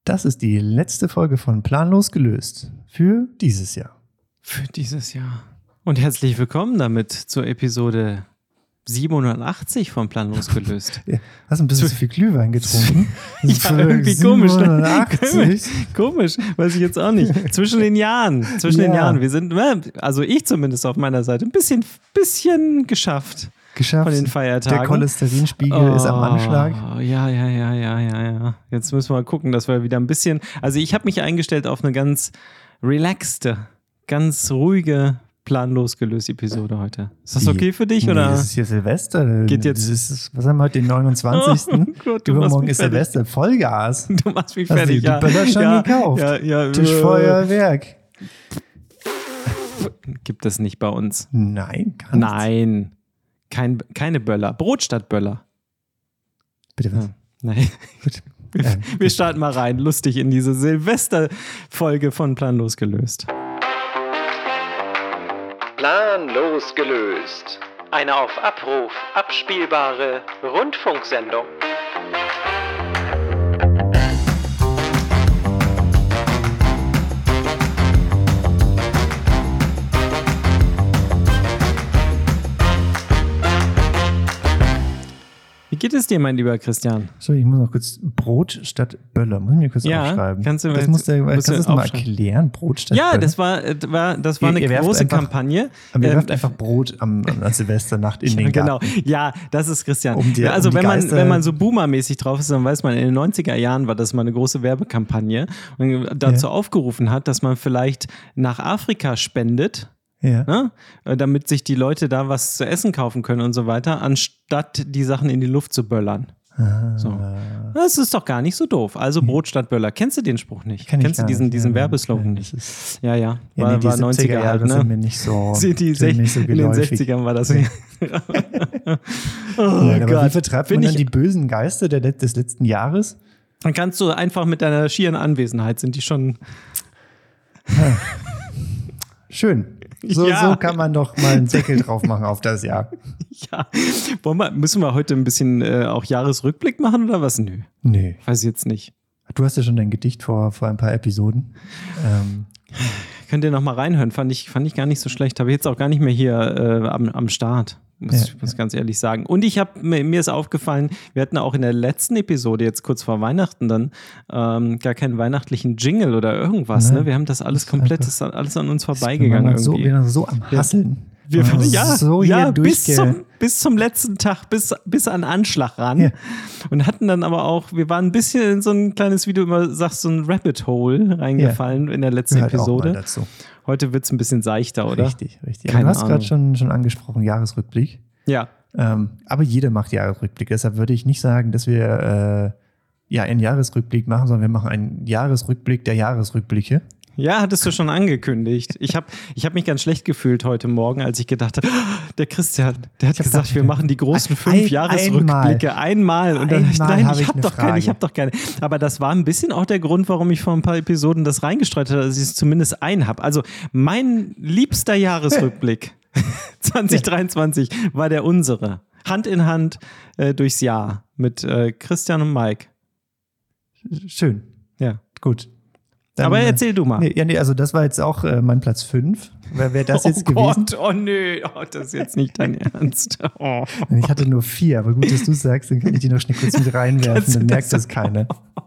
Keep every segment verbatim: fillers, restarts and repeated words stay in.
Das ist die letzte Folge von Planlos gelöst für dieses Jahr. Für dieses Jahr. Und herzlich willkommen damit zur Episode siebenhundertachtzig von Planlos gelöst. Ja, hast ein bisschen zu viel Glühwein getrunken? Ja, irgendwie komisch. siebenhundertachtzig. Komisch, weiß ich jetzt auch nicht. Zwischen den Jahren, zwischen Ja. den Jahren. Wir sind, also ich zumindest auf meiner Seite, ein bisschen, bisschen geschafft. Geschafft. Von den Feiertagen. Der Cholesterinspiegel oh, ist am Anschlag. Ja, ja, ja, ja, ja, ja. Jetzt müssen wir mal gucken, dass wir wieder ein bisschen. Also ich habe mich eingestellt auf eine ganz relaxte, ganz ruhige, planlos gelöste Episode heute. Ist das okay für dich? Nee, oder? das ist hier Silvester. Geht jetzt. Das ist, was haben wir heute, den neunundzwanzigsten Oh Gott, du Übermorgen machst ist mich fertig. Silvester. Vollgas. Du machst mich Hast du fertig. die Ja. Böller schon ja, gekauft? Ja, ja. Tischfeuerwerk. Gibt es nicht bei uns. Nein, gar nicht. Nein. Kein, keine Böller. Brot statt Böller. Bitte was? Ja. Nein. Wir, Ähm, wir starten mal rein, lustig in diese Silvesterfolge von Planlos gelöst. Planlos gelöst. Eine auf Abruf abspielbare Rundfunksendung. Wie geht es dir, mein lieber Christian? So, ich muss noch kurz Brot statt Böller. Muss ich mir kurz Ja, aufschreiben. kannst du- das musst du, musst kannst du du das nochmal aufschreiben. erklären? Brot statt Ja, Böller? das war, äh, war, das war Ihr- eine ihr werft große einfach- Kampagne. Aber ihr Ähm, werft einfach Brot am, an Silvesternacht in Ja, den genau. Garten. Ja, das ist Christian. Um die- Ja, also um die wenn man Geister- wenn man so Boomer-mäßig drauf ist, dann weiß man, in den neunziger Jahren war das mal eine große Werbekampagne und dazu Ja. aufgerufen hat, dass man vielleicht nach Afrika spendet, Ja. ne? Äh, damit sich die Leute da was zu essen kaufen können und so weiter, anstatt die Sachen in die Luft zu böllern. Ah. So. Das ist doch gar nicht so doof. Also Brot statt Böller. Kennst du den Spruch nicht? Kenn ich Kennst du gar diesen, nicht. diesen Ja, Werbeslogan ja, nicht? das ist- Ja, ja. Ja, War, nee, die war siebziger neunziger Jahre halt, ne? sind mir nicht so, Sind die sind nicht so in den geläufig. sechzigern war das. Oh Nein, aber Gott. wie vertreibt Find man dann ich- die bösen Geister der, Let- des letzten Jahres? Dann kannst du einfach mit deiner schieren Anwesenheit sind die schon. Schön. So, Ja. so kann man doch mal einen Deckel drauf machen auf das Jahr. Ja. Wollen wir, müssen wir heute ein bisschen äh, auch Jahresrückblick machen oder was? Nö. Nee. Weiß ich jetzt nicht. Du hast ja schon dein Gedicht vor, vor ein paar Episoden. Ähm, Könnt ihr noch mal reinhören? Fand ich, fand ich gar nicht so schlecht. Habe ich jetzt auch gar nicht mehr hier äh, am, am Start. Muss Ja, ich muss ganz ehrlich sagen. Und ich habe mir, mir ist aufgefallen, wir hatten auch in der letzten Episode, jetzt kurz vor Weihnachten dann, ähm, gar keinen weihnachtlichen Jingle oder irgendwas. Nein. Ne? Wir haben das alles komplett, das ist alles an uns wir vorbeigegangen waren so, irgendwie. wir waren so am Hasseln. Wir waren waren, ja, so ja hier bis, durchge... zum, bis zum letzten Tag, bis, bis an Anschlag ran. Ja. Und hatten dann aber auch, wir waren ein bisschen in so ein kleines, wie du immer sagst, so ein Rabbit Hole reingefallen in der letzten Gehört auch mal Episode. dazu. Heute wird es ein bisschen seichter, oder? Richtig, richtig. Keine du hast Ahnung. gerade schon, schon angesprochen, Jahresrückblick. Ja. Ähm, aber jeder macht Jahresrückblick. Deshalb würde ich nicht sagen, dass wir äh, ja, einen Jahresrückblick machen, sondern wir machen einen Jahresrückblick der Jahresrückblicke. Ja, hattest du schon angekündigt. Ich habe ich hab mich ganz schlecht gefühlt heute Morgen, als ich gedacht habe, der Christian, der hat gesagt, gedacht, wir machen die großen ein- fünf Jahresrückblicke einmal. Und dann Einmal nein, hab ich ich habe eine doch keine, ich Frage. habe doch keine. Aber das war ein bisschen auch der Grund, warum ich vor ein paar Episoden das reingestreut habe, dass ich es zumindest ein habe. Also mein liebster Jahresrückblick zwanzig dreiundzwanzig war der unsere. Hand in Hand äh, durchs Jahr mit äh, Christian und Mike. Schön. Ja. Gut. Dann, Aber äh, erzähl du mal. Nee, ja, nee, also das war jetzt auch äh, mein Platz fünf. Wer wäre das jetzt oh gewesen? Gott, oh nö, oh, das ist jetzt nicht dein Ernst. Oh. Ich hatte nur vier, aber gut, dass du sagst, dann kann ich die noch schnell kurz mit reinwerfen, Kannst du dann merkt das das keiner.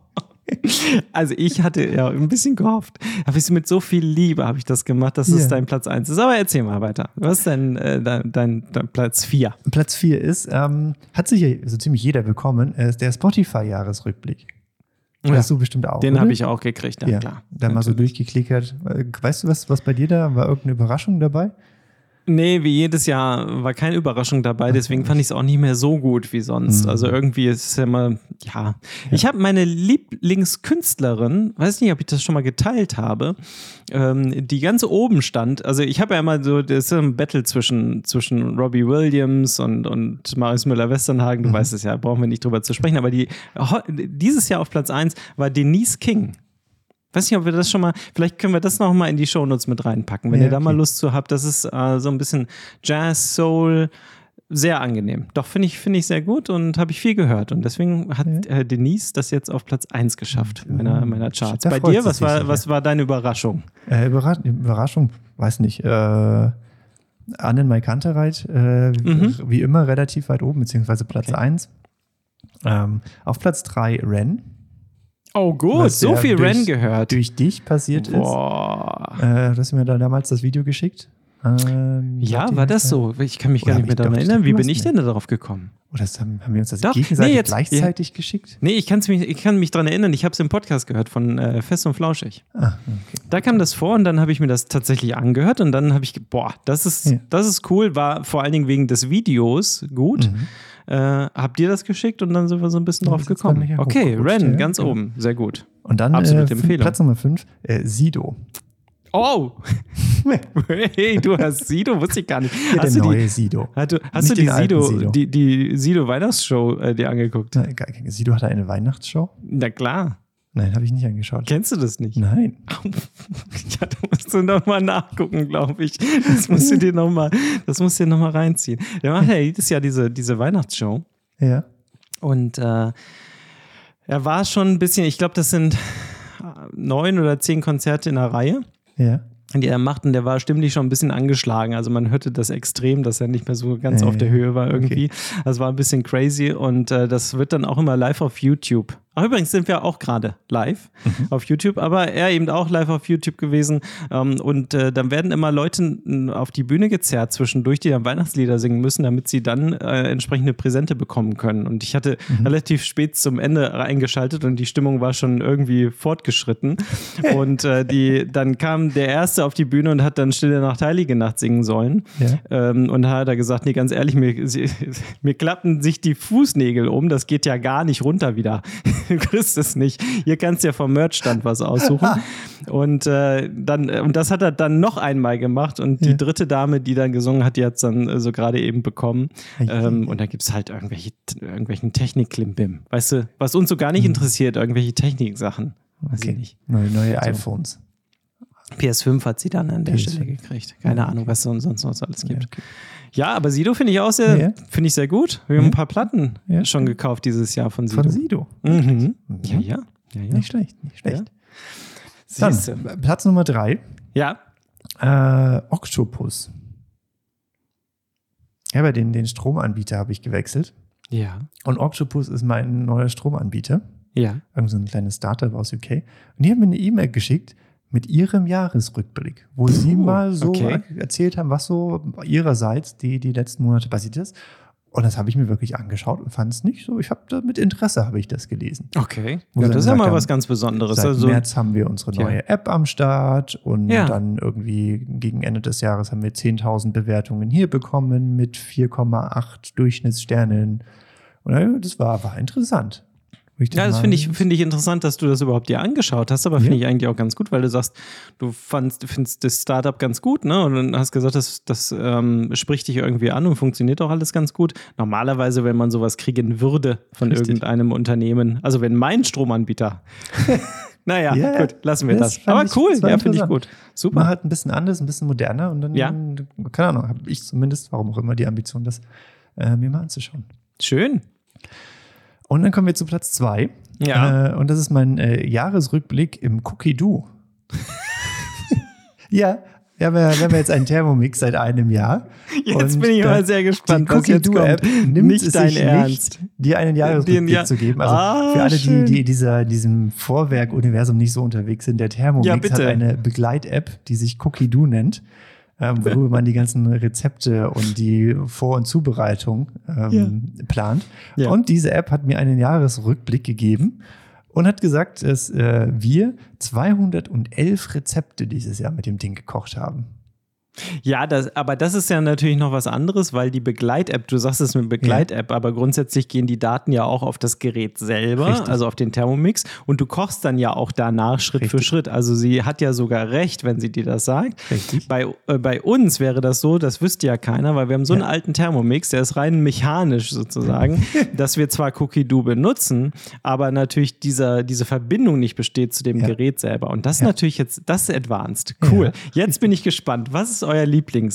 Also ich hatte ja ein bisschen gehofft. Habe ich mit so viel Liebe habe ich das gemacht, dass Ja. es dein Platz eins ist. Aber erzähl mal weiter. Was ist denn äh, dein, dein, dein Platz vier? Platz vier ist, ähm, hat sich ja so ziemlich jeder bekommen, äh, ist der Spotify-Jahresrückblick. Ja. Hast du bestimmt auch. Den oder? habe ich auch gekriegt, ja, Ja, klar. da mal so Natürlich. durchgeklickert. Äh, Weißt du, was, was bei dir da war? Irgendeine Überraschung dabei? Nee, wie jedes Jahr war keine Überraschung dabei, deswegen fand ich es auch nicht mehr so gut wie sonst. Mhm. Also irgendwie ist es ja immer, ja. Ich habe meine Lieblingskünstlerin, weiß nicht, ob ich das schon mal geteilt habe, ähm, die ganz oben stand. Also ich habe ja immer so, das ist ein Battle zwischen, zwischen Robbie Williams und, und Marius Müller-Westernhagen, du Mhm. weißt es ja, brauchen wir nicht drüber zu sprechen, aber die, dieses Jahr auf Platz eins war Denise King. Weiß nicht, ob wir das schon mal, vielleicht können wir das noch mal in die Shownotes mit reinpacken, wenn Ja, ihr da okay. mal Lust zu habt. Das ist äh, so ein bisschen Jazz, Soul, sehr angenehm. Doch, finde ich, find ich sehr gut und habe ich viel gehört. Und deswegen hat Ja. äh, Denise das jetzt auf Platz eins geschafft Mhm. meiner, meiner Charts. Da Bei freut dir, sie was sich war, sicher. was war deine Überraschung? Äh, Überra Überraschung, weiß nicht. Äh, Annen Mai Kantereit, äh, Mhm. wie immer relativ weit oben, beziehungsweise Platz Okay. eins. Ähm, auf Platz drei Ren. Oh gut, Was so ja viel durch- Ren gehört. Durch dich passiert Boah. ist. Äh, du hast mir da damals das Video geschickt. Ähm, Ja, seitdem war ist das er- so? Ich kann mich Oder gar hab nicht mehr ich daran doch- erinnern. du Wie hast bin ich mir- denn da drauf gekommen? Oder das haben, haben wir uns das Doch, gegenseitig nee, jetzt- gleichzeitig geschickt? Nee, ich, kann's mich, ich kann mich daran erinnern. Ich habe es im Podcast gehört von äh, Fest und Flauschig. Ah, okay. Da kam das vor und dann habe ich mir das tatsächlich angehört und dann habe ich, ge- boah, das ist, Ja. das ist cool, war vor allen Dingen wegen des Videos gut. Mhm. Äh, habt ihr das geschickt und dann sind wir so ein bisschen Ja, drauf das ist bei gekommen. mir Okay, hochgerutscht, Ren, ja, ganz genau. oben, sehr gut. Und dann Absolute äh, Empfehlung. Platz Nummer fünf, äh, Sido. Oh! Hey, du hast Sido, wusste ich gar nicht. Ja, hast der du neue die, Sido. hast du, hast Nicht du die den alten Sido, Sido. die, die Sido Weihnachtsshow äh, dir angeguckt? Na, gar keine- Sido hatte eine Weihnachtsshow? Na klar. Nein, habe ich nicht angeschaut. Kennst du das nicht? Nein. Ja, da musst du noch mal nachgucken, glaube ich. Das musst du dir noch mal, das musst du dir noch mal reinziehen. Der macht ja jedes Jahr diese, diese Weihnachtsshow. Ja. Und äh, er war schon ein bisschen, ich glaube, das sind neun oder zehn Konzerte in der Reihe, Ja. die er macht. Und der war stimmlich schon ein bisschen angeschlagen. Also man hörte das extrem, dass er nicht mehr so ganz Ja, auf der ja. Höhe war irgendwie. Das war ein bisschen crazy. Und äh, das wird dann auch immer live auf YouTube. Ach, übrigens sind wir auch gerade live Mhm. auf YouTube, aber er eben auch live auf YouTube gewesen. Ähm, und äh, dann werden immer Leute n- auf die Bühne gezerrt zwischendurch, die dann Weihnachtslieder singen müssen, damit sie dann äh, entsprechende Präsente bekommen können. Und ich hatte Mhm. relativ spät zum Ende eingeschaltet und die Stimmung war schon irgendwie fortgeschritten. und äh, die, dann kam der Erste auf die Bühne und hat dann Stille Nacht, Heilige Nacht singen sollen. Ja. Ähm, und hat er gesagt, nee, ganz ehrlich, mir, sie, mir klappen sich die Fußnägel um, das geht ja gar nicht runter wieder. Du kriegst es nicht. Hier kannst du ja vom Merchstand was aussuchen. Und, äh, dann, und das hat er dann noch einmal gemacht. Und die Ja. dritte Dame, die dann gesungen hat, die hat es dann äh, so gerade eben bekommen. Ei, Ähm, ei, und da gibt es halt irgendwelche, irgendwelchen Technik-Klimbim. Weißt du, was uns so gar Mhm. nicht interessiert, irgendwelche Techniksachen. Weiß ich Okay. nicht. Neue, neue iPhones. P S fünf hat sie dann an der P S fünf. Stelle gekriegt. Keine Ja, Ahnung, was es sonst noch so alles gibt. Ja, okay. Ja, aber Sido finde ich auch sehr, Ja. finde ich sehr gut. Wir haben Ja. ein paar Platten Ja. schon gekauft dieses Jahr von Sido. Von Sido. Mhm. Mhm. Ja, ja. ja, ja. Nicht schlecht, nicht schlecht. Ja. Dann, Siehste. Platz Nummer drei, Ja. äh, Octopus. Ja, bei den, den Stromanbieter habe ich gewechselt. Ja. Und Octopus ist mein neuer Stromanbieter. Ja. Irgend so ein kleines Startup aus U K. Und die haben mir eine E-Mail geschickt mit ihrem Jahresrückblick, wo sie mal so okay. erzählt haben, was so ihrerseits die, die letzten Monate passiert ist. Und das habe ich mir wirklich angeschaut und fand es nicht so. Ich habe da mit Interesse habe ich das gelesen. Okay. Wo Ja, sie das ist ja gesagt mal haben, was ganz Besonderes. Seit Also, März haben wir unsere Tja. neue App am Start und Ja. dann irgendwie gegen Ende des Jahres haben wir zehntausend Bewertungen hier bekommen mit vier Komma acht Durchschnittssternen. Und ja, das war, war interessant. Wo ich ja, das mal- finde ich, finde ich interessant, dass du das überhaupt dir angeschaut hast, aber finde Ja. ich eigentlich auch ganz gut, weil du sagst, du fandst, findest das Startup ganz gut, ne? Und dann hast gesagt, das, das ähm, spricht dich irgendwie an und funktioniert auch alles ganz gut. Normalerweise, wenn man sowas kriegen würde von Richtig. irgendeinem Unternehmen, also wenn mein Stromanbieter, naja, Ja, gut, lassen wir das das. fand Aber ich- cool, das war ja, finde ich interessant. gut. Super. War halt ein bisschen anders, ein bisschen moderner und dann, Ja. keine Ahnung, habe ich zumindest, warum auch immer, die Ambition, das äh, mir mal anzuschauen. Schön. Und dann kommen wir zu Platz zwei. Ja. Äh, und das ist mein äh, Jahresrückblick im Cookie-Doo. ja, wir haben, ja, wir haben ja jetzt einen Thermomix seit einem Jahr. Jetzt Und, bin ich äh, mal sehr gespannt, die was jetzt Cookie-Doo-App kommt. nimmt Nicht es dein sich Ernst. nicht, dir einen Jahresrückblick Den Ja- zu geben. Also Ah, für alle, die, schön. die dieser, diesem Vorwerk-Universum nicht so unterwegs sind, der Thermomix Ja, bitte. hat eine Begleit-App, die sich Cookie-Doo nennt, ähm, worüber man die ganzen Rezepte und die Vor- und Zubereitung ähm, plant. Ja. Und diese App hat mir einen Jahresrückblick gegeben und hat gesagt, dass äh, wir zweihundertelf Rezepte dieses Jahr mit dem Ding gekocht haben. Ja, das, aber das ist ja natürlich noch was anderes, weil die Begleit-App, du sagst es mit Begleit-App, aber grundsätzlich gehen die Daten ja auch auf das Gerät selber, Richtig. also auf den Thermomix, und du kochst dann ja auch danach Schritt für Richtig. Schritt. Also sie hat ja sogar recht, wenn sie dir das sagt. Richtig. Bei, äh, bei uns wäre das so, das wüsste ja keiner, weil wir haben so einen Ja. alten Thermomix, der ist rein mechanisch sozusagen, dass wir zwar Cookie-Doo benutzen, aber natürlich dieser, diese Verbindung nicht besteht zu dem Ja. Gerät selber. Und das ist Ja. natürlich jetzt, das ist advanced. Cool. Ja. Jetzt bin ich gespannt. Was ist euer Lieblings,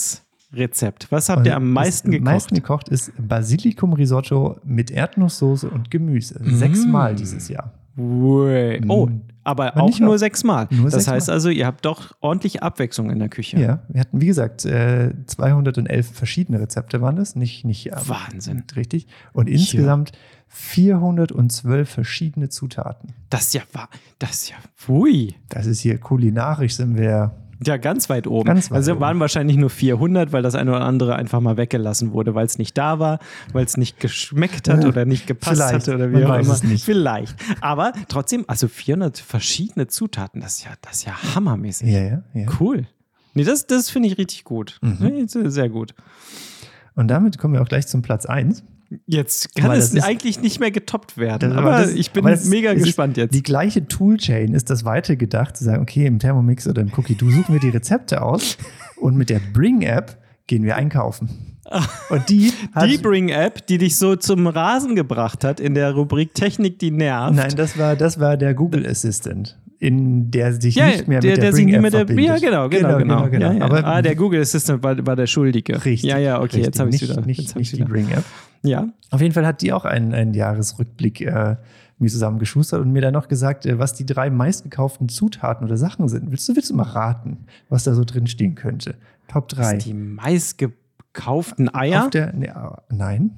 Rezept. Was habt ihr am meisten gekocht? Am meisten gekocht ist Basilikum-Risotto mit Erdnusssoße und Gemüse. Mm. Sechsmal dieses Jahr. Ui. Oh, aber Aber auch nicht nur nur- sechsmal. nur Das sechsmal. heißt also, ihr habt doch ordentlich Abwechslung in der Küche. Ja, wir hatten, wie gesagt, äh, zweihundertelf verschiedene Rezepte waren es. Nicht, nicht ähm, Wahnsinn. Richtig. Und insgesamt vierhundertzwölf verschiedene Zutaten. Das ist ja, wa- das ist ja, pfui. Das ist hier kulinarisch, sind wir. Ja, ganz weit oben. Ganz weit also oben. waren wahrscheinlich nur vierhundert, weil das eine oder andere einfach mal weggelassen wurde, weil es nicht da war, weil es nicht geschmeckt hat Äh, oder nicht gepasst vielleicht. hatte oder wie Man auch weiß immer. es nicht. Vielleicht. Aber trotzdem, also vierhundert verschiedene Zutaten, das ist ja, das ist ja hammermäßig. Ja, ja, ja. Cool. Nee, das, das finde ich richtig gut. Mhm. Nee, sehr gut. Und damit kommen wir auch gleich zum Platz eins. Jetzt kann Weil es das ist- eigentlich nicht mehr getoppt werden. Das- aber das- ich bin aber das- mega es ist gespannt jetzt. Die gleiche Toolchain ist das weitergedacht, zu sagen, okay, im Thermomix oder im Cookie, du suchen wir die Rezepte aus und mit der Bring-App gehen wir einkaufen. Und die hat, Die Bring-App, die dich so zum Rasen gebracht hat in der Rubrik Technik, die nervt. Nein, das war, das war der Google Assistant, in der sich Ja, nicht mehr der, mit der, der sich nicht Bring-App mit der, verbindet. ja, genau, genau, genau. genau. Ja, ja. Aber ah, der Google Assistant war, war der Schuldige. richtig. Ja, ja, okay, richtig. jetzt habe ich es nicht, wieder. Nicht, jetzt hab nicht ich's die wieder. Bring-App. Ja. Auf jeden Fall hat die auch einen, einen Jahresrückblick äh, mir zusammengeschustert und mir dann noch gesagt, äh, was die drei meistgekauften Zutaten oder Sachen sind. Willst du, willst du mal raten, was da so drin stehen könnte? Top Das drei. sind die meistgekauften Eier. Auf der, ne, äh, nein,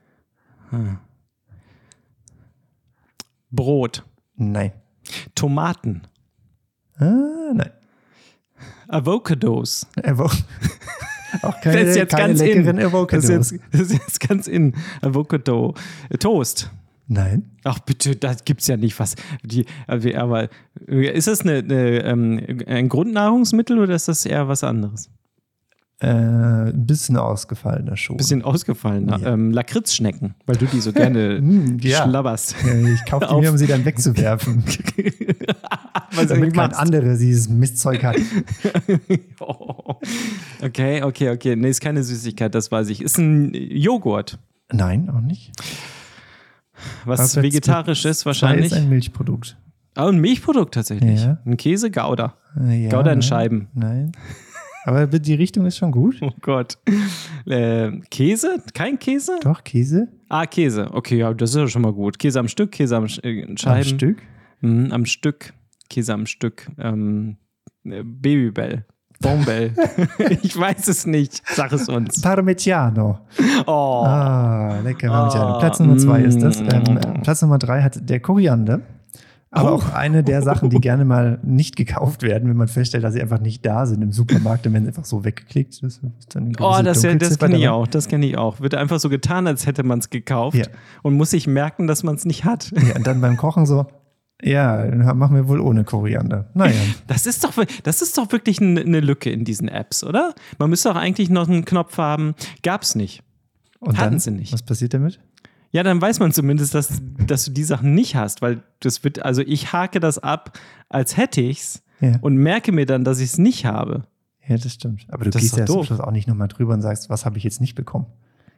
Brot. nein. Tomaten. Ah, nein. Avocados. Avo auch keine, Das ist jetzt keine ganz leckeren in. Avocados. Das ist, jetzt, das ist jetzt ganz in. Avocado. Toast. Nein. Ach bitte, da gibt's ja nicht was. Die, aber ist das eine, eine, ähm, ein Grundnahrungsmittel oder ist das eher was anderes? Äh, ein bisschen ausgefallener schon. Bisschen ausgefallener. Ja. Ähm, Lakritzschnecken, weil du die so gerne Mm, ja. schlabberst. Äh, Ich kaufe die Auf. mir, um sie dann wegzuwerfen. Was du damit nicht kein machst. anderer dieses Mistzeug hat. Oh. Okay, okay, okay. Nee, ist keine Süßigkeit, das weiß ich. Ist ein Joghurt. Nein, auch nicht. Was Aber jetzt vegetarisch ist Zwei wahrscheinlich. ist ein Milchprodukt. Oh, ein Milchprodukt tatsächlich. Ja. Ein Käse, Gouda. Äh, Ja, Gouda in nein, Scheiben. Nein. Aber die Richtung ist schon gut. Oh Gott. Äh, Käse? Kein Käse? Doch, Käse Ah, Käse. Okay, ja, das ist ja schon mal gut. Käse am Stück, Käse am Sch äh, Scheiben. am Stück. Mhm, am Stück. Käse am Stück. Ähm, äh, Babybell. Bombell. Ich weiß es nicht. Sag es uns. Parmigiano. Oh. Ah, lecker Parmigiano. Oh. Platz Nummer zwei ist das. Mm. Ähm, Platz Nummer drei hat der Koriander. Aber Oh. auch eine der Sachen, die gerne mal nicht gekauft werden, wenn man feststellt, dass sie einfach nicht da sind im Supermarkt, dann werden sie einfach so weggeklickt. Das ist dann eine Oh, gewisse das, ja, das Dunkelziffer kenne ich dabei. auch. Das kenne ich auch. Wird einfach so getan, als hätte man es gekauft Ja. und muss sich merken, dass man es nicht hat. Ja, und dann beim Kochen so, ja, dann machen wir wohl ohne Koriander. Naja. Das ist doch, das ist doch wirklich eine eine Lücke in diesen Apps, oder? Man müsste auch eigentlich noch einen Knopf haben. Gab's nicht. Und Hatten dann, sie nicht. was passiert damit? Ja, dann weiß man zumindest, dass, dass du die Sachen nicht hast, weil das wird, also ich hake das ab, als hätte ich's Ja. und merke mir dann, dass ich es nicht habe. Ja, das stimmt. Aber du Das ist gehst doch ja zum doof. Schluss auch nicht nochmal drüber und sagst, was habe ich jetzt nicht bekommen.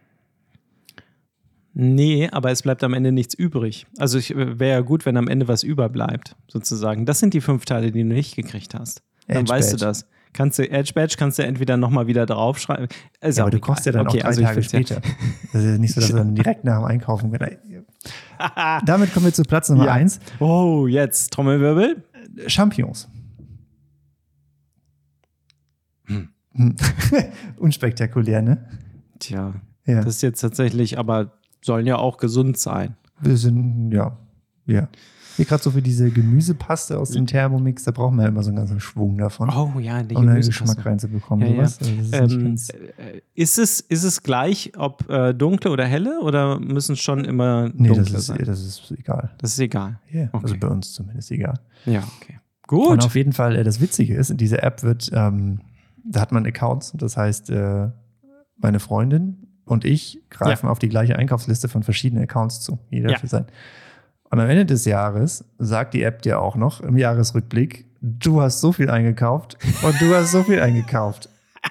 Nee, aber es bleibt am Ende nichts übrig. Also wäre ja gut, wenn am Ende was überbleibt, sozusagen. Das sind die fünf Teile, die du nicht gekriegt hast. Dann Edge weißt Badge. du das. Kannst du Edge Badge kannst du entweder nochmal wieder draufschreiben. Ist Ja, auch aber du egal. kochst ja dann Okay, auch drei also ich Tage find's ja- später. Das ist ja nicht so, dass du dann direkt nach dem Einkaufen. Damit kommen wir zu Platz Nummer Ja. eins. Oh, jetzt Trommelwirbel. Champignons. Hm. Hm. Unspektakulär, ne? Tja, Ja. das ist jetzt tatsächlich, aber sollen ja auch gesund sein. Wir sind, ja, ja. Hier gerade so für diese Gemüsepaste aus dem Thermomix, da brauchen wir ja immer so einen ganzen Schwung davon, Oh ja, die um da Gemüsepaste. Geschmack reinzubekommen. Ja, ja. sowas. Also das ist nicht Ähm, ganz- äh, ist, es, ist es gleich, ob äh, dunkle oder helle oder müssen es schon immer nee, dunkle das ist, sein? das ist egal. Das ist egal. Ja, Also Okay. bei uns zumindest egal. Ja, okay. Und Gut. auf jeden Fall, äh, das Witzige ist, in dieser App wird, ähm, da hat man Accounts, das heißt, äh, meine Freundin und ich greifen auf die gleiche Einkaufsliste von verschiedenen Accounts zu, jeder Ja. für sein. Und am Ende des Jahres sagt die App dir auch noch im Jahresrückblick, du hast so viel eingekauft und du hast so viel eingekauft.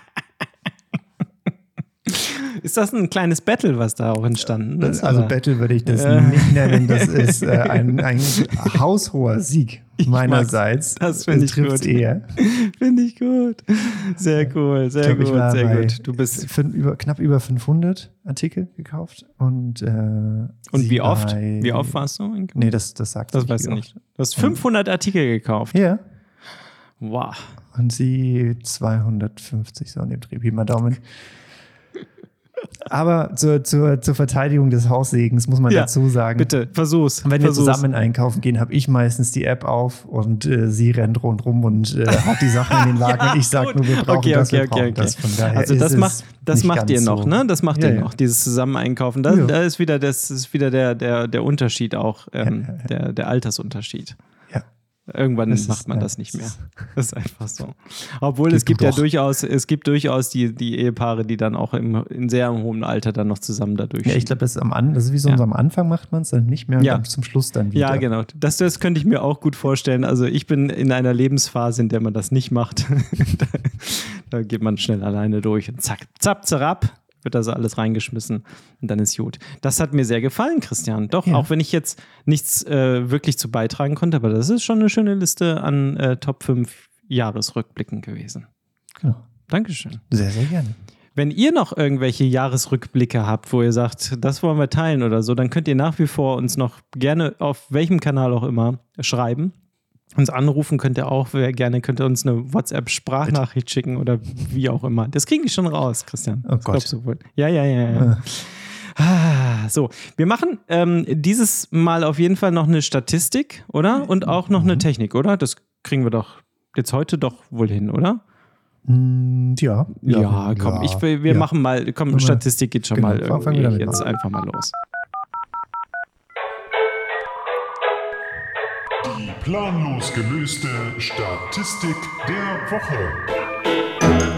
Ist das ein kleines Battle, was da auch entstanden ist? Also oder? Battle würde ich das Äh. nicht nennen, das ist äh, ein, ein haushoher Sieg, Ich meinerseits. Das finde ich trifft's gut. eher. Finde ich gut. Sehr cool, sehr Ich glaub, ich gut, war sehr bei gut. Du bist. fün- über, knapp über fünfhundert Artikel gekauft. Und, äh, Und sie wie oft? bei- Wie oft warst du? Nee, das, das sagt Das sie weißt wie du nicht. oft. Du hast fünfhundert Artikel gekauft. Ja. Wow. Und sie zweihundertfünfzig, so an dem Dreh, Pi mal Daumen. Aber zur, zur, zur Verteidigung des Haussegens muss man Ja, dazu sagen, Bitte, versuch's. wenn wir versuch's. zusammen einkaufen gehen, habe ich meistens die App auf und äh, sie rennt rundrum und äh, hat die Sachen in den Lagen Ja, und ich sage gut. nur, wir brauchen Okay, das, okay, wir okay, brauchen okay. das. Von daher Also ist das es macht, das nicht macht ganz ihr noch, so. ne? Das macht Ja, ihr ja. noch, dieses Zusammen-Einkaufen. Da, Ja. da ist wieder, das ist wieder der, der, der Unterschied auch, ähm, Ja, ja, ja. Der, der Altersunterschied. Ja. Irgendwann Das ist- macht man ja, das nicht das mehr. ist- Das ist einfach so. Obwohl Geht es gibt du ja doch. durchaus, es gibt durchaus die, die Ehepaare, die dann auch im, in sehr hohem Alter dann noch zusammen da durchschieben. Ja, ich glaube, das ist am An, das ist wie so Ja. am Anfang macht man es dann nicht mehr und Ja. dann zum Schluss dann wieder. Ja, genau. Das, das könnte ich mir auch gut vorstellen. Also ich bin in einer Lebensphase, in der man das nicht macht. da, da geht man schnell alleine durch und zack, zapp, zerab, wird da so alles reingeschmissen und dann ist gut. Das hat mir sehr gefallen, Christian. Doch, Ja. auch wenn ich jetzt nichts äh, wirklich zu beitragen konnte, aber das ist schon eine schöne Liste an äh, Top fünf Jahresrückblicken gewesen. Genau. Dankeschön. Sehr, sehr gerne. Wenn ihr noch irgendwelche Jahresrückblicke habt, wo ihr sagt, das wollen wir teilen oder so, dann könnt ihr nach wie vor uns noch gerne auf welchem Kanal auch immer schreiben. Uns anrufen könnt ihr auch, wer gerne, könnt ihr uns eine WhatsApp-Sprachnachricht schicken oder wie auch immer. Das kriegen die schon raus, Christian. Oh Das Gott. glaubst du wohl. Ja, ja, ja, ja. Ah, so, wir machen ähm, dieses Mal auf jeden Fall noch eine Statistik, oder? Und auch noch eine Technik, oder? Das kriegen wir doch jetzt heute doch wohl hin, oder? Mm, Ja. Ja, komm, ich, wir ja. machen mal, komm, wir- Statistik geht schon genau, mal fangen wir irgendwie damit jetzt an. einfach mal los. Die planlos gelöste Statistik der Woche.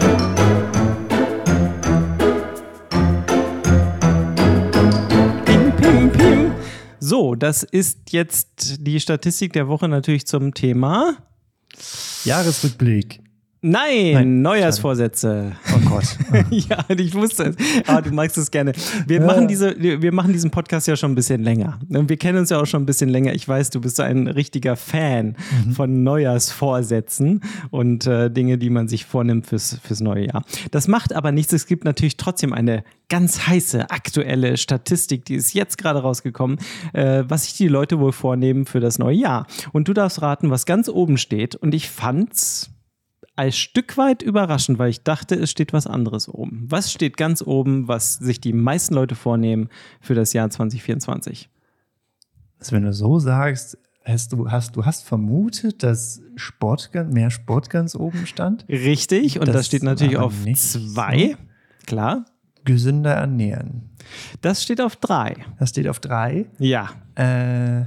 Pim, pim, pim. So, das ist jetzt die Statistik der Woche natürlich zum Thema. Jahresrückblick. Nein, Nein, Neujahrsvorsätze. Oh Gott. Ja, ich wusste es. Aber du magst es gerne. Wir machen, diese, wir machen diesen Podcast ja schon ein bisschen länger. Und wir kennen uns ja auch schon ein bisschen länger. Ich weiß, du bist so ein richtiger Fan Mhm. von Neujahrsvorsätzen und äh, Dinge, die man sich vornimmt fürs, fürs neue Jahr. Das macht aber nichts. Es gibt natürlich trotzdem eine ganz heiße, aktuelle Statistik, die ist jetzt gerade rausgekommen, äh, was sich die Leute wohl vornehmen für das neue Jahr. Und du darfst raten, was ganz oben steht. Und ich fand's ein Stück weit überraschend, weil ich dachte, es steht was anderes oben. Was steht ganz oben, was sich die meisten Leute vornehmen für das Jahr zwanzig vierundzwanzig? Also wenn du so sagst, hast du hast, du hast vermutet, dass Sport, ganz- mehr Sport ganz oben stand? Richtig, und das, Das steht natürlich war auf nicht zwei. Klar. Gesünder ernähren. Das steht auf drei. Das steht auf drei. Ja. Äh,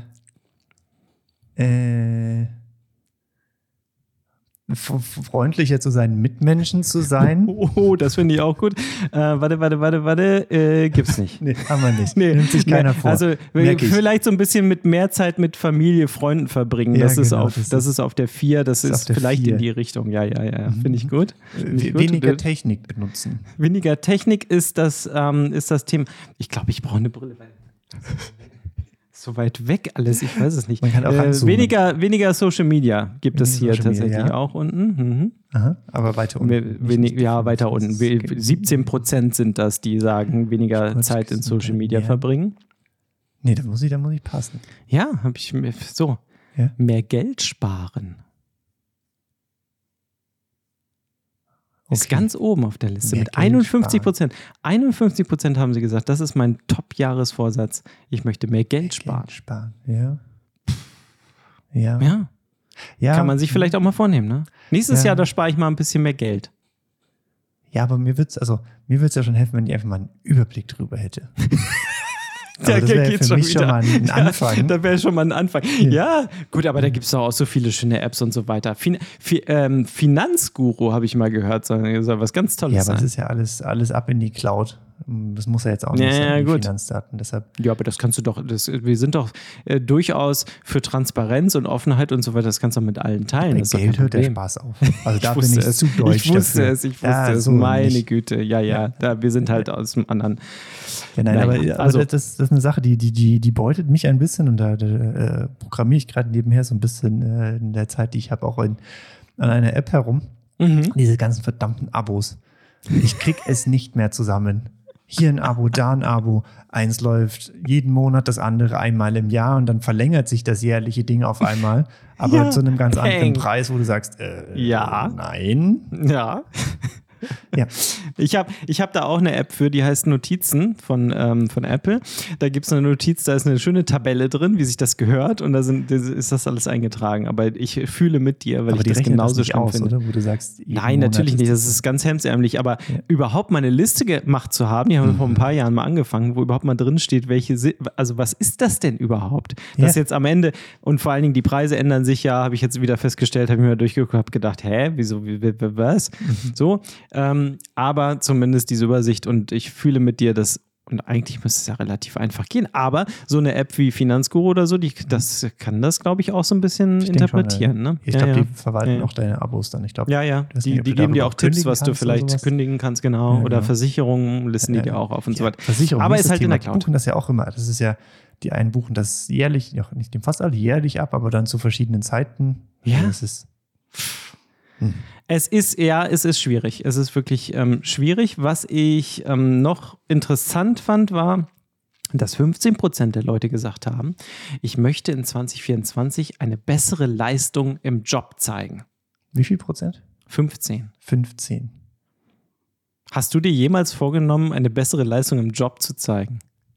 äh, f- freundlicher zu seinen Mitmenschen zu sein. Oh, das finde ich auch gut. Äh, warte, warte, warte, warte. Äh, gibt's nicht. Nee, haben wir nicht. Nee, Nimmt sich keiner mehr- vor. Also Merk ich. vielleicht so ein bisschen mit mehr Zeit mit Familie, Freunden verbringen. Ja, das, ist genau, auf, das das ist- ist auf der vier. Das ist ist auf der vielleicht vier. in die Richtung. Ja, ja, ja. Finde ich gut. Find ich We- gut. Weniger Äh, Technik benutzen. Weniger Technik ist das, ähm, ist das Thema. Ich glaube, ich brauche eine Brille. Weil so weit weg alles, ich weiß es nicht. Man kann auch äh, ranzoomen. weniger, weniger Social Media gibt es hier Weniger Social Media, tatsächlich ja. auch unten. Mhm. Aha, aber weiter unten. We- Nicht- wenig, nicht ja, fünf. weiter Das unten. ist- We- siebzehn Prozent sind das, die sagen, weniger Sport, Zeit in gesund Social Media ernähren. verbringen. Nee, da muss ich, da muss ich passen. Ja, habe ich mir so. Ja. Mehr Geld sparen. Ist Okay. ganz oben auf der Liste Mehr mit Geld einundfünfzig Prozent. einundfünfzig Prozent haben sie gesagt, das ist mein Top-Jahresvorsatz. Ich möchte mehr Geld sparen. Geld sparen, ja. Ja. Ja, ja. kann man sich vielleicht auch mal vornehmen, ne? Nächstes Ja. Jahr, da spare ich mal ein bisschen mehr Geld. Ja, aber mir wird's also mir wird's ja schon helfen, wenn ich einfach mal einen Überblick drüber hätte. Da Aber das wäre geht's für mich schon mal ein Anfang. Ja, da wäre schon mal ein Anfang. Ja, gut, aber da gibt es doch auch so viele schöne Apps und so weiter. Fin Fi ähm, Finanzguru habe ich mal gehört, soll, soll was ganz Tolles Ja, aber sein. es ist ja alles, alles ab in die Cloud. Das muss ja jetzt auch nicht Ja, sein, ja, die gut. Finanzdaten. Deshalb, Ja, aber das kannst du doch, das, wir sind doch äh, durchaus für Transparenz und Offenheit und so weiter, das kannst du doch mit allen teilen. bei Das ist doch Geld kein hört der Problem. Spaß auf. Also da Ich bin wusste ich es. zu deutsch Ich wusste dafür. es, ich wusste Ja, es. so Meine nicht. Güte, ja, ja, Da, wir sind halt aus dem anderen. Ja, nein, Naja, aber, aber also- das, das ist eine Sache, die, die, die, die beutet mich ein bisschen und da, da äh, programmiere ich gerade nebenher so ein bisschen äh, in der Zeit, die ich habe, auch in, an einer App herum. Mhm. Diese ganzen verdammten Abos. Ich krieg es nicht mehr zusammen. Hier ein Abo, da ein Abo. Eins läuft jeden Monat, das andere einmal im Jahr und dann verlängert sich das jährliche Ding auf einmal, aber Ja, zu einem ganz peng. anderen Preis, wo du sagst, äh, Ja. nein. Ja. Ja. Ich habe ich hab da auch eine App für, die heißt Notizen von, ähm, von Apple. Da gibt es eine Notiz, da ist eine schöne Tabelle drin, wie sich das gehört und da sind, ist das alles eingetragen. Aber ich fühle mit dir, weil Aber ich die das rechnen genauso das nicht schlimm aus, finde. oder? Wo du sagst, jeden Nein, Monat natürlich nicht. ist Das ist ganz hemdsärmlich. Aber Ja. überhaupt mal eine Liste gemacht zu haben, die haben wir vor ein paar Jahren mal angefangen, wo überhaupt mal drin steht, welche, Si- also was ist das denn überhaupt? Das Ja. jetzt am Ende und vor allen Dingen die Preise ändern sich ja, habe ich jetzt wieder festgestellt, habe ich mir mal durchgeguckt, habe gedacht, hä, wieso, wie, wie, wie, was? So, ähm, aber zumindest diese Übersicht und ich fühle mit dir, dass und eigentlich müsste es ja relativ einfach gehen, aber so eine App wie Finanzguru oder so, die, das kann das, glaube ich, auch so ein bisschen Ich denke interpretieren. schon, ne? Ich ja, glaube, ja. die verwalten Ja. auch deine Abos dann. Ich glaube, Ja, ja, weiß die, nicht, ob die du geben dir darüber auch Tipps, kündigen was du kannst oder vielleicht sowas. kündigen kannst, genau. Ja, oder genau. Versicherungen listen die Ja, dir auch auf und so ja, weiter. Versicherung, Aber das ist halt in Thema. der Cloud. Buchen das ja auch immer. Das ist ja, die einen buchen das jährlich, ja, nicht dem fast alle jährlich ab, aber dann zu verschiedenen Zeiten. Ja. Also das ist, hm. Es ist, ja, es ist schwierig. Es ist wirklich ähm, schwierig. Was ich ähm, noch interessant fand, war, dass fünfzehn Prozent der Leute gesagt haben, ich möchte in zwanzig vierundzwanzig eine bessere Leistung im Job zeigen. Wie viel Prozent? fünfzehn. fünfzehn. Hast du dir jemals vorgenommen, eine bessere Leistung im Job zu zeigen?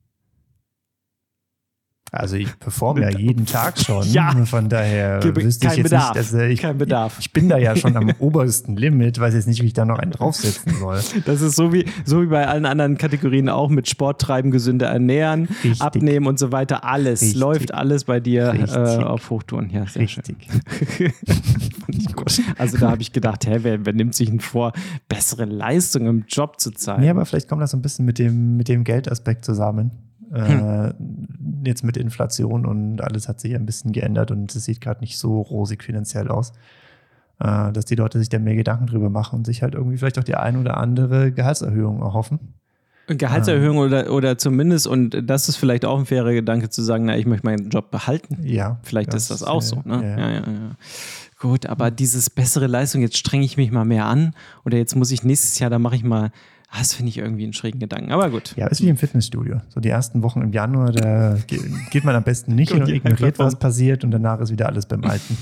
Also ich performe ja jeden Tag schon. Ja. Von daher Gebe- wüsste ich kein jetzt Bedarf. nicht, dass äh, ich, Kein Bedarf. Ich, ich bin da ja schon am obersten Limit, weiß jetzt nicht, wie ich da noch einen draufsetzen soll. Das ist so wie, so wie bei allen anderen Kategorien auch mit Sport treiben, gesünder ernähren, Richtig. abnehmen und so weiter. Alles Richtig. läuft alles bei dir Richtig. äh, auf Hochtouren. Ja, sehr Richtig. schön. Fand ich gut. Also da habe ich gedacht, hä, wer, wer nimmt sich denn vor, bessere Leistung im Job zu zeigen? Ja, aber vielleicht kommt das so ein bisschen mit dem, mit dem Geldaspekt zusammen. Äh, jetzt mit Inflation und alles hat sich ein bisschen geändert und es sieht gerade nicht so rosig finanziell aus. Äh, dass die Leute sich da mehr Gedanken drüber machen und sich halt irgendwie vielleicht auch die ein oder andere Gehaltserhöhung erhoffen. Gehaltserhöhung oder, oder zumindest, und das ist vielleicht auch ein fairer Gedanke zu sagen, na, ich möchte meinen Job behalten. Ja. Vielleicht ist das auch so. Ne? Ja, ja. Ja, ja, ja. Gut, aber dieses bessere Leistung, jetzt strenge ich mich mal mehr an oder jetzt muss ich nächstes Jahr, da mache ich mal, ah, das finde ich irgendwie einen schrägen Gedanken. Aber gut. Ja, ist wie im Fitnessstudio. So die ersten Wochen im Januar, da ge- geht man am besten nicht hin und Geht ignoriert, einfach was vom- passiert und danach ist wieder alles beim Alten.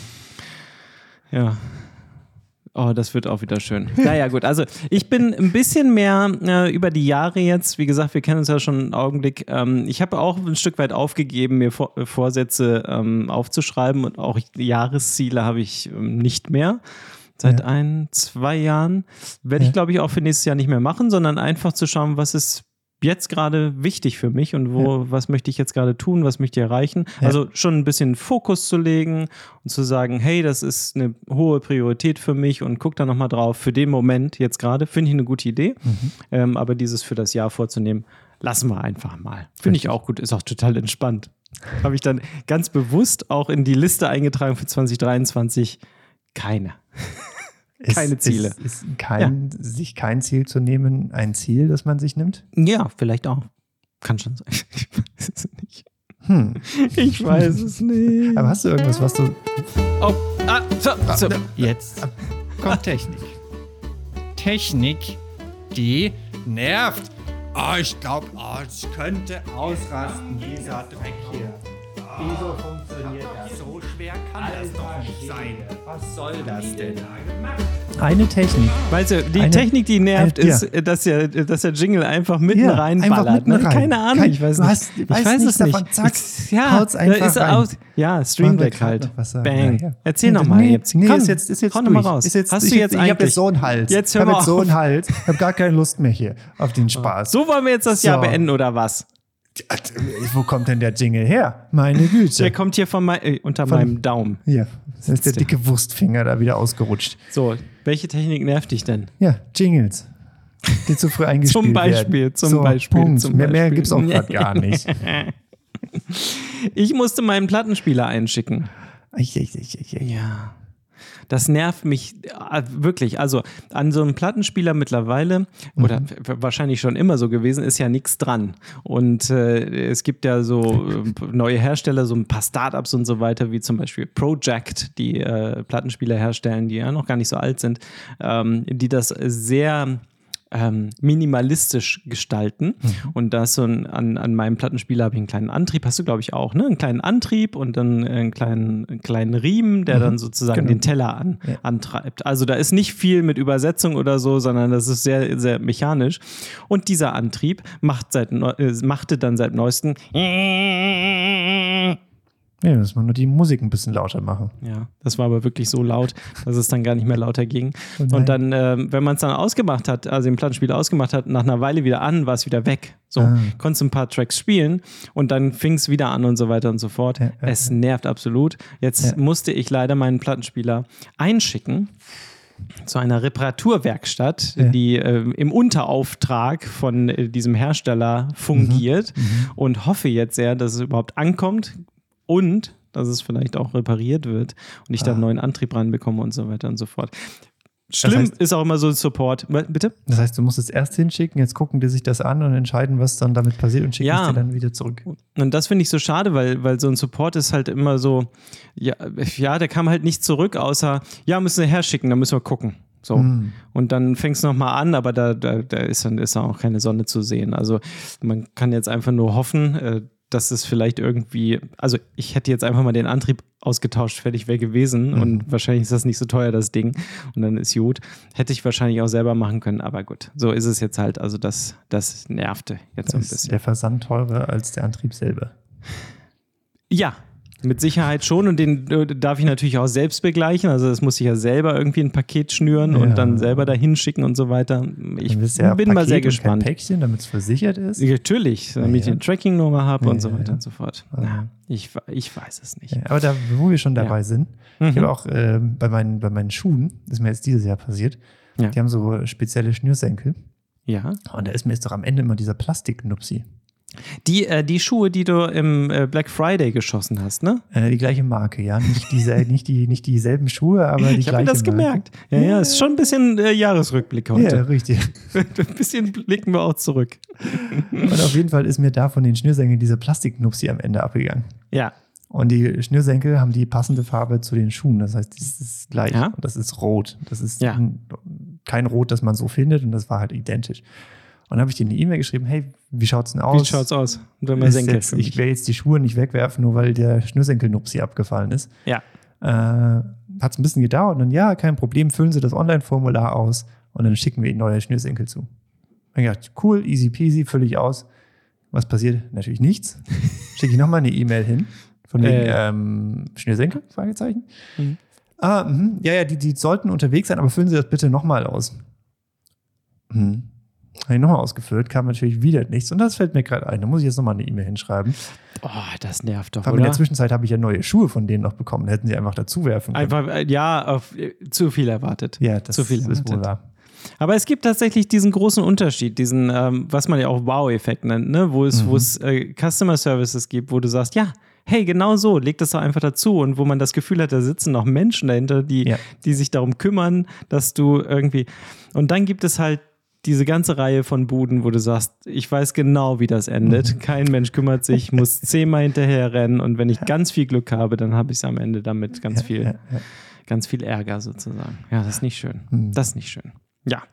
Ja. Oh, das wird auch wieder schön. Naja, gut. Also ich bin ein bisschen mehr äh, über die Jahre jetzt. Wie gesagt, wir kennen uns ja schon einen Augenblick. Ähm, ich habe auch ein Stück weit aufgegeben, mir Vor äh, Vorsätze ähm, aufzuschreiben und auch Jahresziele habe ich ähm, nicht mehr. Seit Ja. ein, zwei Jahren. Werde ich, Ja. glaube ich, auch für nächstes Jahr nicht mehr machen, sondern einfach zu schauen, was ist jetzt gerade wichtig für mich und wo, was möchte ich jetzt gerade tun, was möchte ich erreichen. Ja. Also schon ein bisschen Fokus zu legen und zu sagen, hey, das ist eine hohe Priorität für mich und guck da nochmal drauf. Für den Moment jetzt gerade finde ich eine gute Idee, Mhm. ähm, aber dieses für das Jahr vorzunehmen, lassen wir einfach mal. Finde ich auch gut, ist auch total entspannt. Habe ich dann ganz bewusst auch in die Liste eingetragen für zwanzig dreiundzwanzig. Keine. Ist- Keine Ziele. Ist, ist kein, sich kein Ziel zu nehmen, ein Ziel, das man sich nimmt? Ja, vielleicht auch. Kann schon sein. Ich weiß es nicht. Hm. Ich weiß es nicht. Aber hast du irgendwas, was du. Oh, ah, so, so. Jetzt kommt Technik. Technik, die nervt. Oh, ich glaube, oh, es könnte ausrasten, dieser Dreck hier. Wieso funktioniert das? So schwer kann das doch nicht sein. Was soll das denn? Eine Technik. Weißt du, die Eine- Technik, die nervt, eine- ja. ist, dass der, dass der Jingle einfach mitten Ja, reinballert. einfach mitten Ne? rein. Keine Ahnung, Kein- ich weiß du nicht. hast- ich weißt weiß nichts es nicht. davon. Zack, Ich, ja, haut's einfach da ist er rein. aus. Ja, Stream Wollen wir Deck gerade halt. noch was sagen? Bang. Ja, ja. Erzähl Nee, noch mal nee, jetzt. Nee, Komm, ist jetzt, ist jetzt hau durch. noch mal raus. Ist jetzt, Hast ich, du jetzt ich habe eigentlich? jetzt so einen Hals. Jetzt ich hör habe mal jetzt so auf. einen Hals. Ich habe gar keine Lust mehr hier auf den Spaß. So wollen wir jetzt das So. Jahr beenden, oder was? Wo kommt denn der Jingle her? Meine Güte. Der kommt hier von mein, äh, unter Von- meinem Daumen. Hier, das ist der dicke Wurstfinger da wieder ausgerutscht. So, welche Technik nervt dich denn? Ja, Jingles. die zu früh eingespielt Zum Beispiel, werden. zum so, Beispiel. Punkt. Zum mehr mehr Beispiel. gibt es auch gerade gar nicht. Ich musste meinen Plattenspieler einschicken. Ich, ich, ich, ich, ich. Ja. Das nervt mich äh, wirklich. Also an so einem Plattenspieler mittlerweile, oder Mhm. w- wahrscheinlich schon immer so gewesen, ist ja nichts dran. Und äh, es gibt ja so äh, neue Hersteller, so ein paar Startups und so weiter, wie zum Beispiel Project, die äh, Plattenspieler herstellen, die ja noch gar nicht so alt sind, ähm, die das sehr ähm, minimalistisch gestalten. Und da ist so ein, an, an meinem Plattenspieler habe ich einen kleinen Antrieb, hast du glaube ich auch, ne? Einen kleinen Antrieb und dann einen kleinen, einen kleinen Riemen, der dann sozusagen Genau. den Teller an, Ja. antreibt. Also da ist nicht viel mit Übersetzung oder so, sondern das ist sehr, sehr mechanisch. Und dieser Antrieb macht seit, neu- äh, machte dann seit neuestem Ja, muss man nur die Musik ein bisschen lauter machen. Ja, das war aber wirklich so laut, dass es dann gar nicht mehr lauter ging. Oh nein. Und dann, ähm, wenn man es dann ausgemacht hat, also den Plattenspieler ausgemacht hat, nach einer Weile wieder an, war es wieder weg. So, Ah. konntest du ein paar Tracks spielen und dann fing es wieder an und so weiter und so fort. Ja, ja, es nervt absolut. Jetzt Ja. musste ich leider meinen Plattenspieler einschicken zu einer Reparaturwerkstatt, Ja. die äh, im Unterauftrag von äh, diesem Hersteller fungiert Mhm. und hoffe jetzt sehr, dass es überhaupt ankommt und dass es vielleicht auch repariert wird und ich da einen neuen Antrieb reinbekomme und so weiter und so fort. Schlimm heißt- ist auch immer so ein Support. Bitte? Das heißt, du musst es erst hinschicken, jetzt gucken die sich das an und entscheiden, was dann damit passiert und schicken Ja. es dir dann wieder zurück. Und das finde ich so schade, weil, weil so ein Support ist halt immer so, ja, ja, der kam halt nicht zurück, außer, ja, müssen wir herschicken, dann müssen wir gucken. So. Hm. Und dann fängst du nochmal an, aber da, da, da ist dann ist dann auch keine Sonne zu sehen. Also man kann jetzt einfach nur hoffen, äh, dass es vielleicht irgendwie, also ich hätte jetzt einfach mal den Antrieb ausgetauscht, fertig wäre gewesen Mhm. und wahrscheinlich ist das nicht so teuer, das Ding. Und dann ist gut. Hätte ich wahrscheinlich auch selber machen können, aber gut, so ist es jetzt halt. Also das, das nervte jetzt so Da ein ist bisschen. der Versand teurer als der Antrieb selber. Ja, mit Sicherheit schon und den äh, darf ich natürlich auch selbst begleichen. Also das muss ich ja selber irgendwie ein Paket schnüren Ja. und dann selber dahin schicken und so weiter. Ich Dann willst du ja bin Paket mal sehr und gespannt. Kein Päckchen, damit es versichert ist. Natürlich, damit ich Ja. eine Tracking-Nummer habe Ja, und so ja, weiter ja. und so fort. Ja, ich, ich weiß es nicht. Ja, aber da, wo wir schon dabei Ja. sind, Mhm. ich habe auch ähm, bei, meinen, bei meinen Schuhen, das ist mir jetzt dieses Jahr passiert, Ja. die haben so spezielle Schnürsenkel. Ja. Und da ist mir jetzt doch am Ende immer dieser Plastiknupsi. Die, äh, die Schuhe, die du im äh, Black Friday geschossen hast, ne? Äh, die gleiche Marke, ja. Nicht, diese, nicht, die, nicht dieselben Schuhe, aber die Ich habe gleiche mir das Marke. gemerkt. Ja, ja, ist schon ein bisschen äh, Jahresrückblick Ja, heute. richtig. Ein bisschen blicken wir auch zurück. Und auf jeden Fall ist mir da von den Schnürsenkeln diese Plastiknupsi am Ende abgegangen. Ja. Und die Schnürsenkel haben die passende Farbe zu den Schuhen. Das heißt, das ist gleich. Ja. Und das ist rot. Das ist Ja. n- kein Rot, das man so findet. Und das war halt identisch. Und dann habe ich denen eine E-Mail geschrieben, hey, wie schaut's denn aus? Wie schaut's aus? Wenn man Ist Senkel jetzt, für mich. ich will jetzt die Schuhe nicht wegwerfen, nur weil der Schnürsenkelnupsi abgefallen ist. Ja. Äh, Hat es ein bisschen gedauert. Und dann, ja, kein Problem, füllen Sie das Online-Formular aus und dann schicken wir Ihnen neue Schnürsenkel zu. Dann gedacht, cool, easy peasy, fülle ich aus. Was passiert? Natürlich nichts. Schicke ich nochmal eine E-Mail hin. Von wegen Äh. ähm, Schnürsenkel? Fragezeichen. Mhm. Ah, mhm. ja, ja, die, die sollten unterwegs sein, aber füllen Sie das bitte nochmal aus. Mhm. Habe ich nochmal ausgefüllt, kam natürlich wieder nichts. Und das fällt mir gerade ein. Da muss ich jetzt nochmal eine E-Mail hinschreiben. Oh, das nervt doch, Vor allem in oder? der Zwischenzeit habe ich ja neue Schuhe von denen noch bekommen. Hätten sie einfach dazu werfen können. Einfach, äh, ja, auf, äh, zu viel erwartet. Ja, das zu viel ist erwartet. wohl wahr. Aber es gibt tatsächlich diesen großen Unterschied, diesen, ähm, was man ja auch Wow-Effekt nennt, ne? wo es, Mhm. wo es äh, Customer Services gibt, wo du sagst, ja, hey, genau so, leg das doch einfach dazu und wo man das Gefühl hat, da sitzen noch Menschen dahinter, die, Ja. die sich darum kümmern, dass du irgendwie, und dann gibt es halt diese ganze Reihe von Buden, wo du sagst, ich weiß genau, wie das endet. Kein Mensch kümmert sich, muss zehnmal hinterher rennen und wenn ich ganz viel Glück habe, dann habe ich es am Ende damit ganz Ja, viel, ja, ja. ganz viel Ärger sozusagen. Ja, das ist nicht schön. Mhm. Das ist nicht schön. Ja.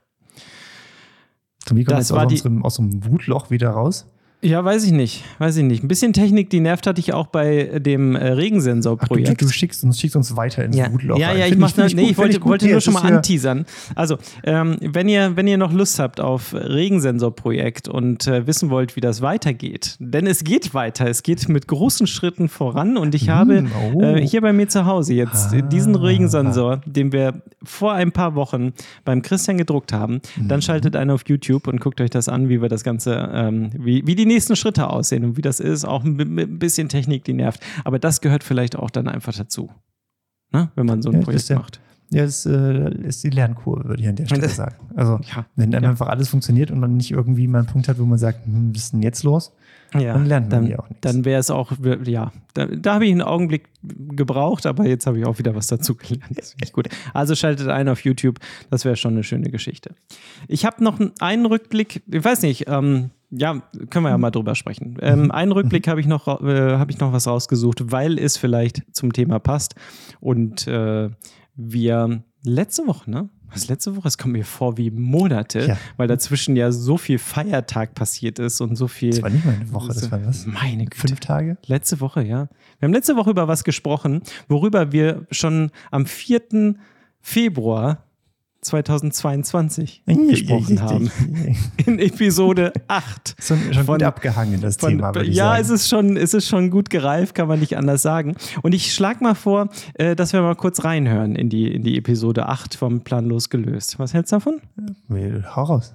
Und wie kommt Das jetzt war aus die- unserem, aus dem Wutloch wieder raus? Ja, weiß ich nicht. Weiß ich nicht. Ein bisschen Technik, die nervt hatte ich auch bei dem äh, Ach, du, Regensensor-Projekt. du schickst uns, schickst uns weiter ins Ja, Wutloch. ja, rein. ja, ich Find mach's find noch, nee, gut, ich find wollte, gut. wollte Nee, nur es schon ist mal ja- anteasern. Also, ähm, wenn ihr, wenn ihr noch Lust habt auf Regensensor-Projekt und äh, wissen wollt, wie das weitergeht, denn es geht weiter, es geht mit großen Schritten voran und ich habe oh. äh, hier bei mir zu Hause jetzt äh, Ah. diesen Regensensor, den wir vor ein paar Wochen beim Christian gedruckt haben, dann schaltet einen auf YouTube und guckt euch das an, wie wir das Ganze, ähm, wie, wie die nächsten Schritte aussehen und wie das ist, auch mit, mit ein bisschen Technik, die nervt. Aber das gehört vielleicht auch dann einfach dazu, ne? Wenn man so ein Ja, das Projekt ist ja- macht. Ja, das äh, ist die Lernkurve, würde ich an der Stelle sagen. Also, Ja. wenn dann Ja. einfach alles funktioniert und man nicht irgendwie mal einen Punkt hat, wo man sagt, hm, was ist denn jetzt los? Ja, Dann lernt man dann, hier auch nichts. Dann wäre es auch, ja, da, da habe ich einen Augenblick gebraucht, aber jetzt habe ich auch wieder was dazu gelernt. Das finde ich gut. Also schaltet ein auf YouTube, das wäre schon eine schöne Geschichte. Ich habe noch einen Rückblick, ich weiß nicht, ähm, ja, können wir ja mal drüber sprechen. Ähm, einen Rückblick habe ich, noch, äh, hab ich noch was rausgesucht, weil es vielleicht zum Thema passt und äh, wir letzte Woche, ne? Was letzte Woche? Es kommt mir vor wie Monate, Ja. weil dazwischen ja so viel Feiertag passiert ist und so viel. Das war nicht mal eine Woche, das war was? Meine Güte. Fünf Tage? Letzte Woche, ja. Wir haben letzte Woche über was gesprochen, worüber wir schon am vierten Februar zweitausendzweiundzwanzig gesprochen haben. In Episode acht. Schon, schon Von- gut abgehangen, das Von, Thema, würde ich ja, sagen. es ist, schon, es ist schon gut gereift, kann man nicht anders sagen. Und ich schlage mal vor, äh, dass wir mal kurz reinhören in die, in die Episode acht vom Planlos gelöst. Was hältst du davon? Nee, hau raus.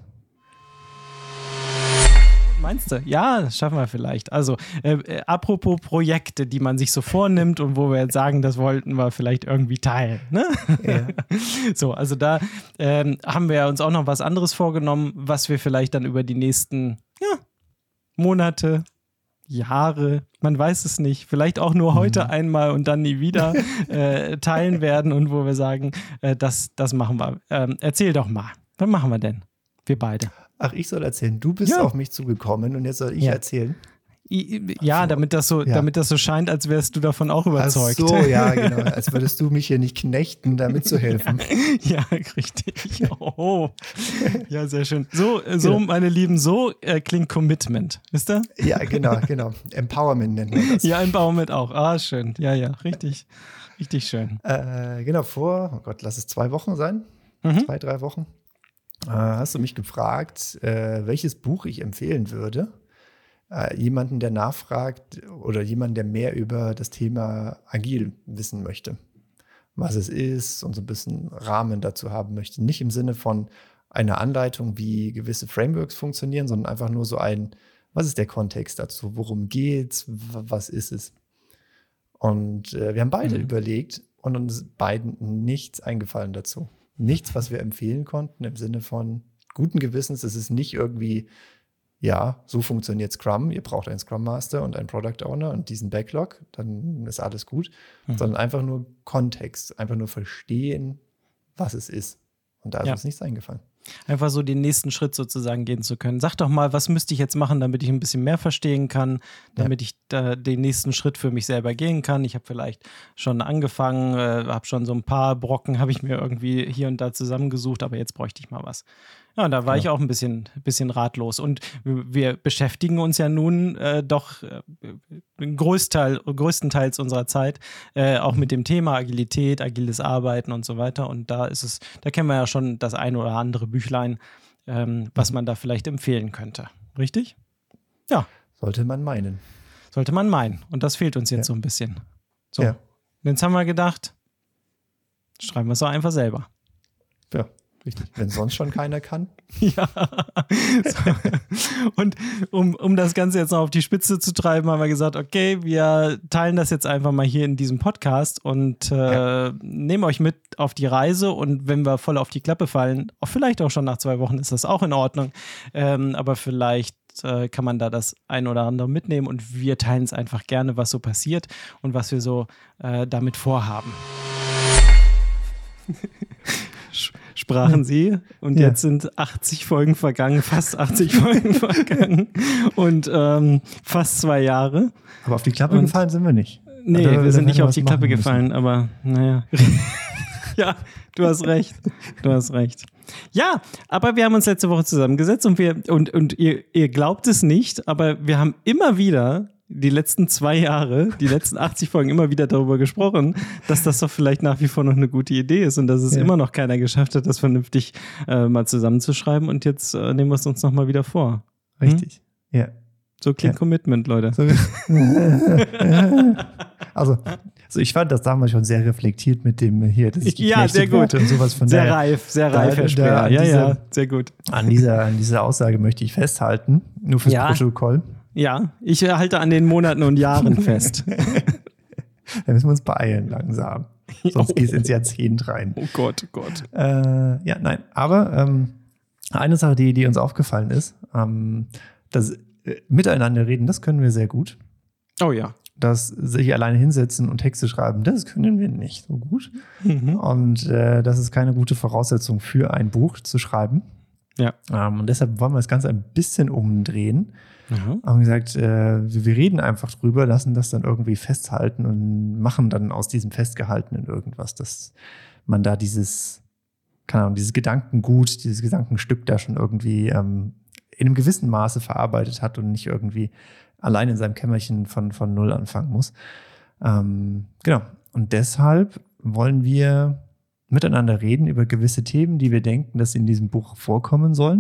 Meinst du? Ja, das schaffen wir vielleicht. Also, äh, äh, apropos Projekte, die man sich so vornimmt und wo wir jetzt sagen, das wollten wir vielleicht irgendwie teilen. Ne? Ja. So, also da ähm, haben wir uns auch noch was anderes vorgenommen, was wir vielleicht dann über die nächsten ja, Monate, Jahre, man weiß es nicht, vielleicht auch nur heute einmal und dann nie wieder äh, teilen werden und wo wir sagen, äh, das, das machen wir. Ähm, erzähl doch mal, was machen wir denn? Wir beide. Ach, ich soll erzählen. Du bist Ja. auf mich zugekommen und jetzt soll ich Ja. erzählen. I- Ja, damit das so, Ja. damit das so scheint, als wärst du davon auch überzeugt. Ach so, ja, genau. Als würdest du mich hier nicht knechten, da mitzuhelfen. Ja, richtig. Oh. Ja, sehr schön. So, äh, so Ja. meine Lieben, so äh, klingt Commitment. Wisst ihr? Ja, genau, genau. Empowerment nennt man das. Ja, ein Baumit auch. Ah, schön. Ja, ja, richtig. Richtig schön. Äh, genau, vor, oh Gott, lass es zwei Wochen sein. Mhm. Zwei, drei Wochen. Äh, hast du mich gefragt, äh, welches Buch ich empfehlen würde. Äh, jemanden, der nachfragt oder jemanden, der mehr über das Thema Agil wissen möchte. Was es ist und so ein bisschen Rahmen dazu haben möchte. Nicht im Sinne von einer Anleitung, wie gewisse Frameworks funktionieren, sondern einfach nur so ein, was ist der Kontext dazu? Worum geht's? W- Was ist es? Und äh, wir haben beide Mhm. überlegt und uns ist beiden nichts eingefallen dazu. Nichts, was wir empfehlen konnten im Sinne von guten Gewissens. Es ist nicht irgendwie, ja, so funktioniert Scrum. Ihr braucht einen Scrum Master und einen Product Owner und diesen Backlog, dann ist alles gut. Mhm. Sondern einfach nur Kontext, einfach nur verstehen, was es ist. Und da ist Ja. uns nichts eingefallen. Einfach so den nächsten Schritt sozusagen gehen zu können. Sag doch mal, was müsste ich jetzt machen, damit ich ein bisschen mehr verstehen kann, damit ich da den nächsten Schritt für mich selber gehen kann. Ich habe vielleicht schon angefangen, äh, habe schon so ein paar Brocken, habe ich mir irgendwie hier und da zusammengesucht, aber jetzt bräuchte ich mal was. Ja, da war ich auch ein bisschen, bisschen ratlos. Und wir wir beschäftigen uns ja nun äh, doch äh, den Großteil, größtenteils unserer Zeit äh, auch mit dem Thema Agilität, agiles Arbeiten und so weiter. Und da ist es, da kennen wir ja schon das ein oder andere Büchlein, ähm, was man da vielleicht empfehlen könnte. Richtig? Ja, Sollte man meinen. sollte man meinen. Und das fehlt uns jetzt Ja. so ein bisschen. So, Ja. und jetzt haben wir gedacht, schreiben wir es doch einfach selber. Ja, richtig. Wenn sonst schon keiner kann. Ja. So. Und um, um das Ganze jetzt noch auf die Spitze zu treiben, haben wir gesagt, okay, wir teilen das jetzt einfach mal hier in diesem Podcast und äh, Ja. nehmen euch mit auf die Reise. Und wenn wir voll auf die Klappe fallen, auch vielleicht auch schon nach zwei Wochen, ist das auch in Ordnung. Ähm, aber vielleicht äh, kann man da das ein oder andere mitnehmen und wir teilen es einfach gerne, was so passiert und was wir so äh, damit vorhaben. Sprachen sie und Ja. jetzt sind achtzig Folgen vergangen, fast achtzig Folgen vergangen und ähm, fast zwei Jahre. Aber auf die Klappe Und- gefallen sind wir nicht. Nee, Da- wir da sind nicht hätten auf was die Klappe machen müssen. gefallen, aber naja. Ja, du hast recht. Du hast recht. Ja, aber wir haben uns letzte Woche zusammengesetzt und wir, und, und ihr, ihr glaubt es nicht, aber wir haben immer wieder die letzten zwei Jahre, die letzten achtzig Folgen immer wieder darüber gesprochen, dass das doch vielleicht nach wie vor noch eine gute Idee ist und dass es Ja. immer noch keiner geschafft hat, das vernünftig äh, mal zusammenzuschreiben und jetzt äh, nehmen wir es uns nochmal wieder vor. Richtig. Ja. So klingt Ja. Commitment, Leute. So. also, also, ich fand das damals schon sehr reflektiert mit dem hier, dass ich Ja, sehr geknechtet gut. werde und sowas von Sehr daher- reif, sehr da- reif, Herr da Speer. an Ja, dieser- ja, sehr gut. An dieser, an dieser Aussage möchte ich festhalten, nur fürs Ja. Protokoll. Ja, ich halte an den Monaten und Jahren fest. Da müssen wir uns beeilen langsam. Sonst Oh. gehst du ins Jahrzehnt rein. Oh Gott, oh Gott. Äh, ja, nein. Aber ähm, eine Sache, die, die uns aufgefallen ist, ähm, das äh, Miteinander reden, das können wir sehr gut. Oh ja. Das sich alleine hinsetzen und Texte schreiben, das können wir nicht so gut. Mhm. Und äh, das ist keine gute Voraussetzung für ein Buch zu schreiben. Ja. Ähm, und deshalb wollen wir das Ganze ein bisschen umdrehen. Mhm. Haben gesagt, äh, wir, wir reden einfach drüber, lassen das dann irgendwie festhalten und machen dann aus diesem Festgehaltenen irgendwas, dass man da dieses, keine Ahnung, dieses Gedankengut, dieses Gedankenstück da schon irgendwie ähm, in einem gewissen Maße verarbeitet hat und nicht irgendwie allein in seinem Kämmerchen von, von Null anfangen muss. Ähm, genau. Und deshalb wollen wir miteinander reden über gewisse Themen, die wir denken, dass in diesem Buch vorkommen sollen.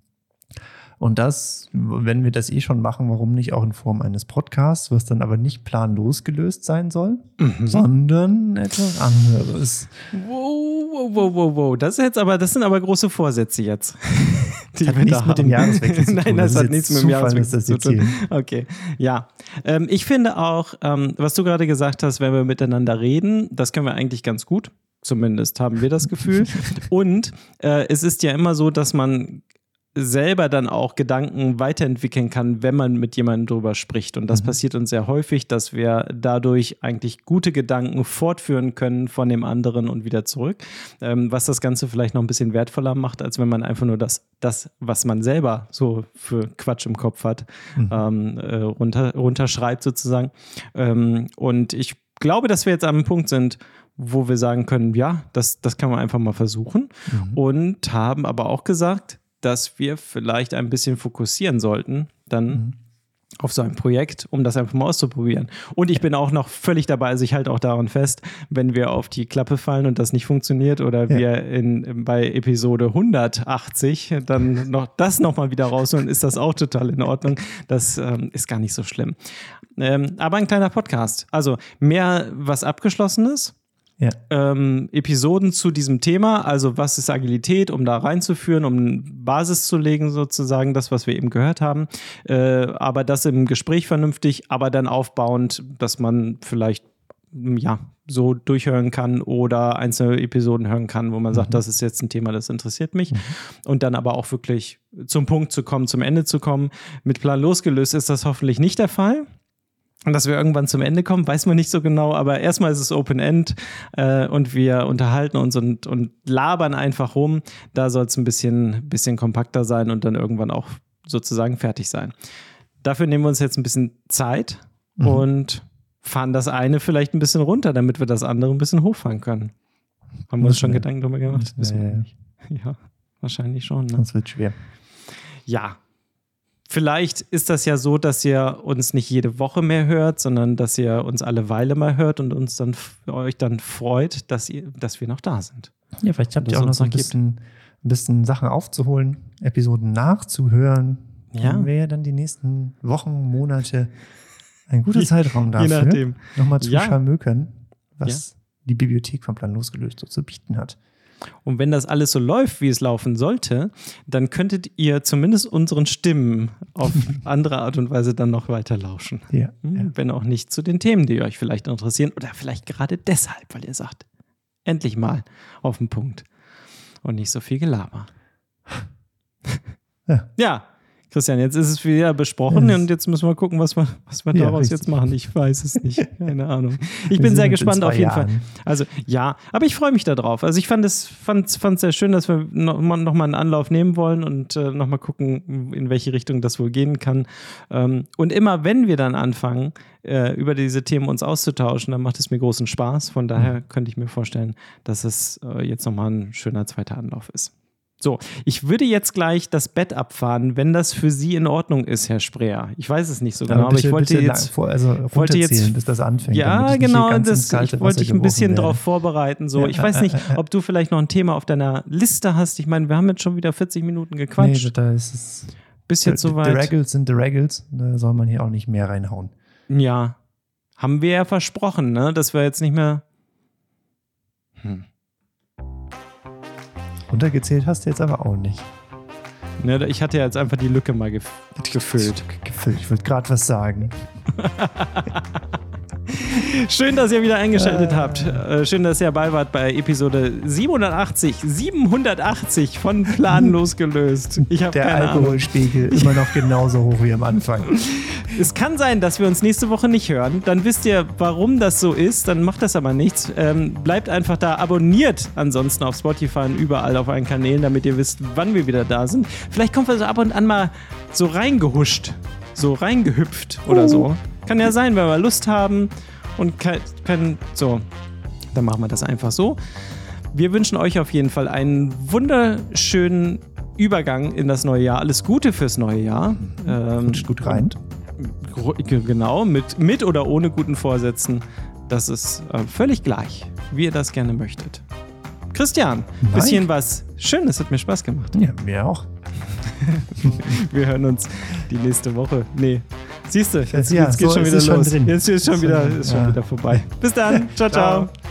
Und das, wenn wir das eh schon machen, warum nicht auch in Form eines Podcasts, was dann aber nicht planlos gelöst sein soll, Mhm. sondern etwas anderes. Wow, wow, wow, wow, wow. Das ist jetzt aber, das sind aber große Vorsätze jetzt. Die hat wir nichts da mit dem haben. Jahreswechsel zu tun. Nein, das, Das ist hat jetzt nichts mit dem Zufall, Jahreswechsel dass das zu jetzt tun. Okay, ja. Ähm, ich finde auch, ähm, was du gerade gesagt hast, wenn wir miteinander reden, das können wir eigentlich ganz gut. Zumindest haben wir das Gefühl. Und äh, es ist ja immer so, dass man selber dann auch Gedanken weiterentwickeln kann, wenn man mit jemandem drüber spricht. Und das Mhm. passiert uns sehr häufig, dass wir dadurch eigentlich gute Gedanken fortführen können von dem anderen und wieder zurück, ähm, was das Ganze vielleicht noch ein bisschen wertvoller macht, als wenn man einfach nur das, das was man selber so für Quatsch im Kopf hat, Mhm. ähm, äh, runter, runterschreibt sozusagen. Ähm, und ich glaube, dass wir jetzt an einem Punkt sind, wo wir sagen können, ja, das, das kann man einfach mal versuchen. Mhm. Und haben aber auch gesagt, dass wir vielleicht ein bisschen fokussieren sollten, dann Mhm. auf so ein Projekt, um das einfach mal auszuprobieren. Und ich bin auch noch völlig dabei, also ich halte auch daran fest, wenn wir auf die Klappe fallen und das nicht funktioniert oder Ja. wir in, bei Episode hundertachtzig dann noch das nochmal wieder rausholen, ist das auch total in Ordnung. Das ähm, ist gar nicht so schlimm. Ähm, aber ein kleiner Podcast. Also mehr was Abgeschlossenes. Ja. Ähm, Episoden zu diesem Thema, also was ist Agilität, um da reinzuführen, um eine Basis zu legen sozusagen, das, was wir eben gehört haben, äh, aber das im Gespräch vernünftig, aber dann aufbauend, dass man vielleicht ja so durchhören kann oder einzelne Episoden hören kann, wo man sagt, Mhm. das ist jetzt ein Thema, das interessiert mich und dann aber auch wirklich zum Punkt zu kommen, zum Ende zu kommen. Mit Plan losgelöst ist das hoffentlich nicht der Fall. Und dass wir irgendwann zum Ende kommen, weiß man nicht so genau, aber erstmal ist es Open-End äh, und wir unterhalten uns und, und labern einfach rum. Da soll es ein bisschen, bisschen kompakter sein und dann irgendwann auch sozusagen fertig sein. Dafür nehmen wir uns jetzt ein bisschen Zeit Mhm. und fahren das eine vielleicht ein bisschen runter, damit wir das andere ein bisschen hochfahren können. Haben wir uns schon wir. Gedanken darüber gemacht? Müssen wir, ja. nicht. Ja, wahrscheinlich schon. Ne? Das wird schwer. Ja. Vielleicht ist das ja so, dass ihr uns nicht jede Woche mehr hört, sondern dass ihr uns alle Weile mal hört und uns dann euch dann freut, dass, ihr, dass wir noch da sind. Ja, vielleicht habt Dass ihr auch noch uns so ein noch gibt. bisschen, ein bisschen Sachen aufzuholen, Episoden nachzuhören. Ja. Dann wäre dann die nächsten Wochen, Monate ein guter Je- Zeitraum dafür, je nachdem. nochmal zu Ja. scharmökern, was die Bibliothek von Plan losgelöst so zu bieten hat. Und wenn das alles so läuft, wie es laufen sollte, dann könntet ihr zumindest unseren Stimmen auf andere Art und Weise dann noch weiter lauschen. Ja. Hm, ja. Wenn auch nicht zu den Themen, die euch vielleicht interessieren oder vielleicht gerade deshalb, weil ihr sagt, endlich mal auf den Punkt und nicht so viel Gelaber. Ja. Ja, Christian, jetzt ist es wieder besprochen Ja, und jetzt müssen wir gucken, was wir, was wir Ja, daraus richtig. jetzt machen. Ich weiß es nicht. Keine Ahnung. Ich Wir bin sehen sehr uns in gespannt zwei auf jeden Fall. Jahren. Also ja, aber ich freue mich darauf. Also ich fand es fand, fand sehr schön, dass wir noch, mal- noch mal einen Anlauf nehmen wollen und äh, noch mal gucken, in welche Richtung das wohl gehen kann. Ähm, und immer wenn wir dann anfangen, äh, über diese Themen uns auszutauschen, dann macht es mir großen Spaß. Von daher könnte ich mir vorstellen, dass es äh, jetzt noch mal ein schöner zweiter Anlauf ist. So, ich würde jetzt gleich das Bett abfahren, wenn das für Sie in Ordnung ist, Herr Spreer. Ich weiß es nicht so genau, aber, bitte- ich wollte bitte jetzt... lang vor, also wollte jetzt- runterzählen, bis das anfängt. Ja, damit ich nicht genau, hier ganz ins das, kalte ich wollte Wasser dich ein bisschen geworfen darauf werde. vorbereiten. So. Ja, Ich weiß äh, nicht, äh, äh. ob du vielleicht noch ein Thema auf deiner Liste hast. Ich meine, wir haben jetzt schon wieder vierzig Minuten gequatscht. Nee, da ist es. Bis jetzt Die soweit. Regals sind die Regals. Da soll man hier auch nicht mehr reinhauen. Ja, haben wir ja versprochen, ne? Dass wir jetzt nicht mehr... Hm. Runtergezählt hast du jetzt aber auch nicht. Ne, ich hatte ja jetzt einfach die Lücke mal gef gefüllt. Gefüllt. Ich wollte gerade was sagen. Schön, dass ihr wieder eingeschaltet äh. habt. Äh, schön, dass ihr dabei wart bei Episode siebenhundertachtzig. siebenhundertachtzig von Planlos gelöst. Ich habe Der keine Alkoholspiegel Ahnung. immer noch genauso hoch wie am Anfang. Es kann sein, dass wir uns nächste Woche nicht hören. Dann wisst ihr, warum das so ist. Dann macht das aber nichts. Ähm, bleibt einfach da. Abonniert ansonsten auf Spotify und überall auf allen Kanälen, damit ihr wisst, wann wir wieder da sind. Vielleicht kommt wir so ab und an mal so reingehuscht, so reingehüpft oder uh. so. Kann ja sein, wenn wir Lust haben und kein, kein, so, dann machen wir das einfach so. Wir wünschen euch auf jeden Fall einen wunderschönen Übergang in das neue Jahr. Alles Gute fürs neue Jahr. Ähm, Rutscht gut rein. Genau, mit, mit oder ohne guten Vorsätzen. Das ist äh, völlig gleich, wie ihr das gerne möchtet. Christian, ein bisschen was Schönes, hat mir Spaß gemacht. Ja, mir auch. Wir hören uns die nächste Woche. Nee, siehst du, jetzt, ja, jetzt geht so schon ist wieder es schon los. drin. Jetzt ist schon, so, wieder, ist schon ja. wieder vorbei. Bis dann. Ciao, ciao. ciao.